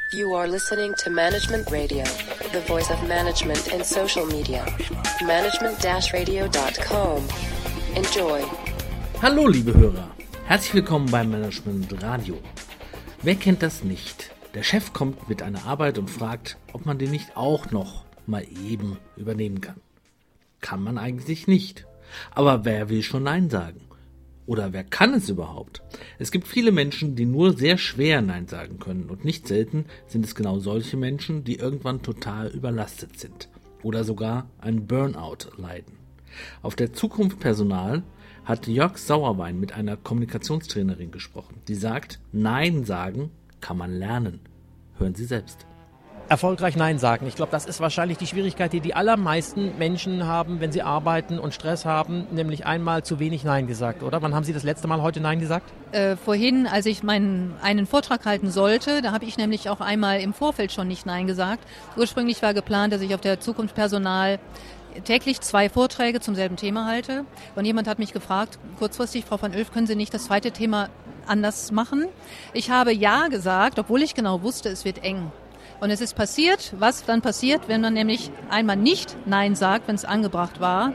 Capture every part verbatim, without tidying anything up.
You are listening to Management Radio, the voice of management in social media. management radio dot com. Enjoy. Hallo liebe Hörer, herzlich willkommen beim Management Radio. Wer kennt das nicht? Der Chef kommt mit einer Arbeit und fragt, ob man den nicht auch noch mal eben übernehmen kann. Kann man eigentlich nicht. Aber wer will schon Nein sagen? Oder wer kann es überhaupt? Es gibt viele Menschen, die nur sehr schwer Nein sagen können und nicht selten sind es genau solche Menschen, die irgendwann total überlastet sind oder sogar einen Burnout leiden. Auf der Zukunft Personal hat Jörg Sauerwein mit einer Kommunikationstrainerin gesprochen, die sagt, Nein sagen kann man lernen. Hören Sie selbst. Erfolgreich Nein sagen. Ich glaube, das ist wahrscheinlich die Schwierigkeit, die die allermeisten Menschen haben, wenn sie arbeiten und Stress haben, nämlich einmal zu wenig Nein gesagt, oder? Wann haben Sie das letzte Mal heute Nein gesagt? Äh, vorhin, als ich meinen einen Vortrag halten sollte, da habe ich nämlich auch einmal im Vorfeld schon nicht Nein gesagt. Ursprünglich war geplant, dass ich auf der Zukunft Personal täglich zwei Vorträge zum selben Thema halte. Und jemand hat mich gefragt, kurzfristig, Frau van Ulf, können Sie nicht das zweite Thema anders machen? Ich habe Ja gesagt, obwohl ich genau wusste, es wird eng. Und es ist passiert, was dann passiert, wenn man nämlich einmal nicht Nein sagt, wenn es angebracht war.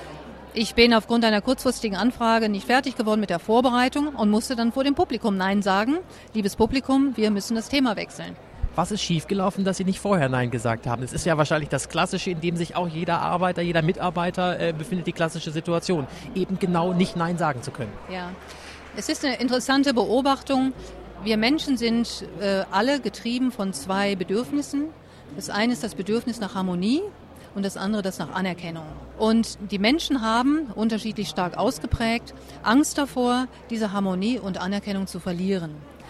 Ich bin aufgrund einer kurzfristigen Anfrage nicht fertig geworden mit der Vorbereitung und musste dann vor dem Publikum Nein sagen. Liebes Publikum, wir müssen das Thema wechseln. Was ist schiefgelaufen, dass Sie nicht vorher Nein gesagt haben? Es ist ja wahrscheinlich das Klassische, in dem sich auch jeder Arbeiter, jeder Mitarbeiter äh, befindet, die klassische Situation, eben genau nicht Nein sagen zu können. Ja, es ist eine interessante Beobachtung. Wir Menschen sind äh, alle getrieben von zwei Bedürfnissen. Das eine ist das Bedürfnis nach Harmonie und das andere das nach Anerkennung. Und die Menschen haben, unterschiedlich stark ausgeprägt, Angst davor, diese Harmonie und Anerkennung zu verlieren.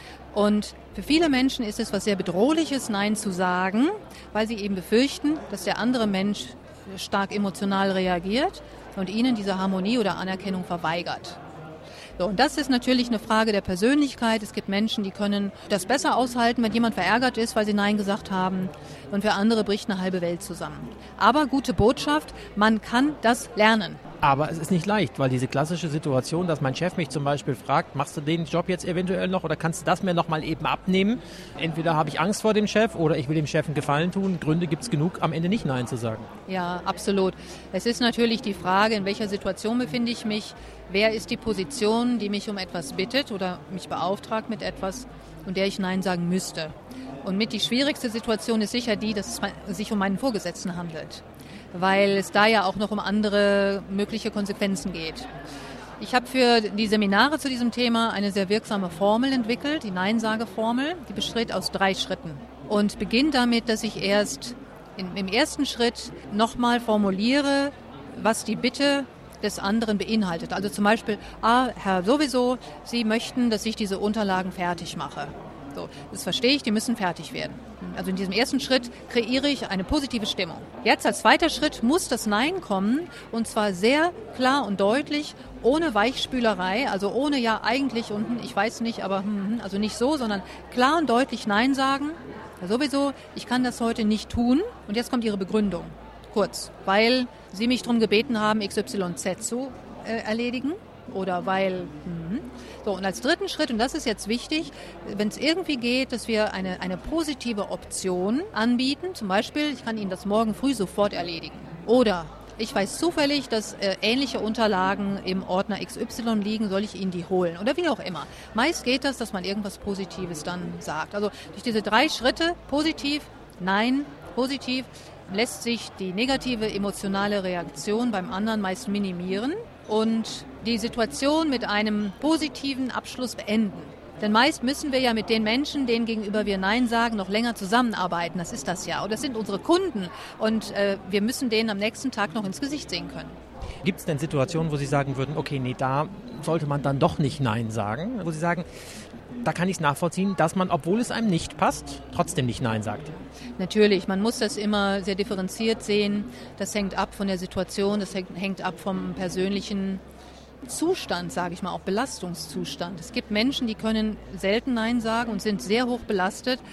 Und für viele Menschen ist es was sehr Bedrohliches, Nein zu sagen, weil sie eben befürchten, dass der andere Mensch stark emotional reagiert und ihnen diese Harmonie oder Anerkennung verweigert. So, und das ist natürlich eine Frage der Persönlichkeit. Es gibt Menschen, die können das besser aushalten, wenn jemand verärgert ist, weil sie Nein gesagt haben. Und für andere bricht eine halbe Welt zusammen. Aber gute Botschaft, man kann das lernen. Aber es ist nicht leicht, weil diese klassische Situation, dass mein Chef mich zum Beispiel fragt, machst du den Job jetzt eventuell noch oder kannst du das mir noch mal eben abnehmen? Entweder habe ich Angst vor dem Chef oder ich will dem Chef einen Gefallen tun. Gründe gibt es genug, am Ende nicht Nein zu sagen. Ja, absolut. Es ist natürlich die Frage, in welcher Situation befinde ich mich? Wer ist die Position, die mich um etwas bittet oder mich beauftragt mit etwas und der ich Nein sagen müsste? Und mit die schwierigste Situation ist sicher die, dass es sich um meinen Vorgesetzten handelt, weil es da ja auch noch um andere mögliche Konsequenzen geht. Ich habe für die Seminare zu diesem Thema eine sehr wirksame Formel entwickelt, die Nein-Sage-Formel, die besteht aus drei Schritten und beginnt damit, dass ich erst in, im ersten Schritt nochmal formuliere, was die Bitte des anderen beinhaltet. Also zum Beispiel, ah, Herr sowieso, Sie möchten, dass ich diese Unterlagen fertig mache. So, das verstehe ich, die müssen fertig werden. Also in diesem ersten Schritt kreiere ich eine positive Stimmung. Jetzt als zweiter Schritt muss das Nein kommen und zwar sehr klar und deutlich, ohne Weichspülerei, also ohne ja eigentlich und ich weiß nicht, aber hm, also nicht so, sondern klar und deutlich Nein sagen. Ja, sowieso, ich kann das heute nicht tun und jetzt kommt Ihre Begründung. Kurz, weil Sie mich darum gebeten haben, X Y Z zu äh, erledigen oder weil... Hm, So, und als dritten Schritt, und das ist jetzt wichtig, wenn es irgendwie geht, dass wir eine, eine positive Option anbieten, zum Beispiel, ich kann Ihnen das morgen früh sofort erledigen. Oder ich weiß zufällig, dass äh, ähnliche Unterlagen im Ordner X Y liegen, soll ich Ihnen die holen? Oder wie auch immer. Meist geht das, dass man irgendwas Positives dann sagt. Also durch diese drei Schritte, positiv, nein, positiv, lässt sich die negative emotionale Reaktion beim anderen meist minimieren und die Situation mit einem positiven Abschluss beenden. Denn meist müssen wir ja mit den Menschen, denen gegenüber wir Nein sagen, noch länger zusammenarbeiten. Das ist das ja. Und das sind unsere Kunden. Und äh, wir müssen denen am nächsten Tag noch ins Gesicht sehen können. Gibt es denn Situationen, wo Sie sagen würden, okay, nee, da sollte man dann doch nicht Nein sagen? Wo Sie sagen, da kann ich es nachvollziehen, dass man, obwohl es einem nicht passt, trotzdem nicht Nein sagt. Natürlich, man muss das immer sehr differenziert sehen. Das hängt ab von der Situation, das hängt ab vom persönlichen Zustand, sage ich mal, auch Belastungszustand. Es gibt Menschen, die können selten Nein sagen und sind sehr hoch belastet.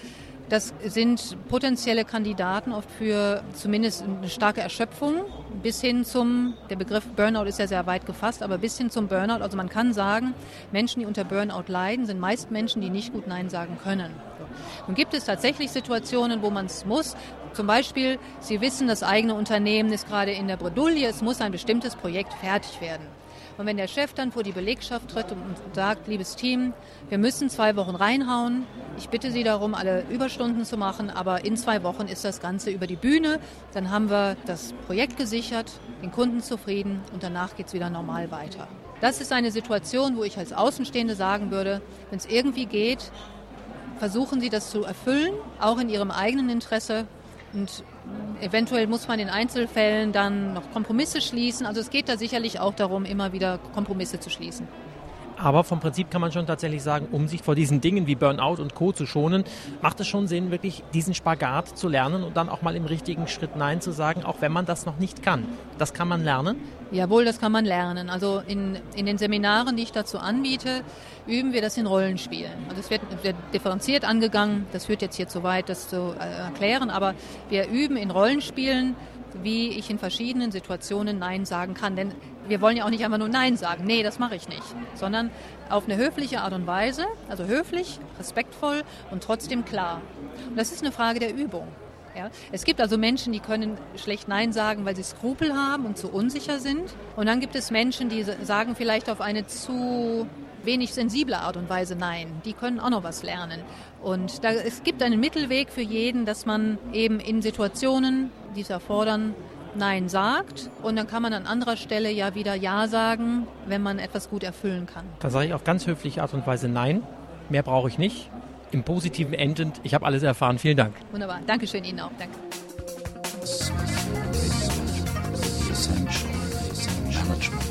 Das sind potenzielle Kandidaten oft für zumindest eine starke Erschöpfung bis hin zum, der Begriff Burnout ist ja sehr weit gefasst, aber bis hin zum Burnout. Also man kann sagen, Menschen, die unter Burnout leiden, sind meist Menschen, die nicht gut Nein sagen können. Nun gibt es tatsächlich Situationen, wo man es muss. Zum Beispiel, Sie wissen, das eigene Unternehmen ist gerade in der Bredouille, es muss ein bestimmtes Projekt fertig werden. Und wenn der Chef dann vor die Belegschaft tritt und sagt, liebes Team, wir müssen zwei Wochen reinhauen, ich bitte Sie darum, alle Überstunden zu machen, aber in zwei Wochen ist das Ganze über die Bühne, dann haben wir das Projekt gesichert, den Kunden zufrieden und danach geht es wieder normal weiter. Das ist eine Situation, wo ich als Außenstehende sagen würde, wenn es irgendwie geht, versuchen Sie das zu erfüllen, auch in Ihrem eigenen Interesse. Und eventuell muss man in Einzelfällen dann noch Kompromisse schließen. Also es geht da sicherlich auch darum, immer wieder Kompromisse zu schließen. Aber vom Prinzip kann man schon tatsächlich sagen, um sich vor diesen Dingen wie Burnout und Co. zu schonen, macht es schon Sinn, wirklich diesen Spagat zu lernen und dann auch mal im richtigen Schritt Nein zu sagen, auch wenn man das noch nicht kann. Das kann man lernen? Jawohl, das kann man lernen. Also in, in den Seminaren, die ich dazu anbiete, üben wir das in Rollenspielen. Also es wird, wird differenziert angegangen, das führt jetzt hier zu weit, das zu äh, erklären, aber wir üben in Rollenspielen, wie ich in verschiedenen Situationen Nein sagen kann. Denn wir wollen ja auch nicht einfach nur Nein sagen. Nee, das mache ich nicht. Sondern auf eine höfliche Art und Weise, also höflich, respektvoll und trotzdem klar. Und das ist eine Frage der Übung. Ja? Es gibt also Menschen, die können schlecht Nein sagen, weil sie Skrupel haben und zu unsicher sind. Und dann gibt es Menschen, die sagen vielleicht auf eine zu wenig sensible Art und Weise Nein. Die können auch noch was lernen. Und da, es gibt einen Mittelweg für jeden, dass man eben in Situationen, die es erfordern, Nein sagt. Und dann kann man an anderer Stelle ja wieder Ja sagen, wenn man etwas gut erfüllen kann. Da sage ich auf ganz höfliche Art und Weise Nein. Mehr brauche ich nicht. Im Positiven endend. Ich habe alles erfahren. Vielen Dank. Wunderbar. Dankeschön Ihnen auch. Danke. Management.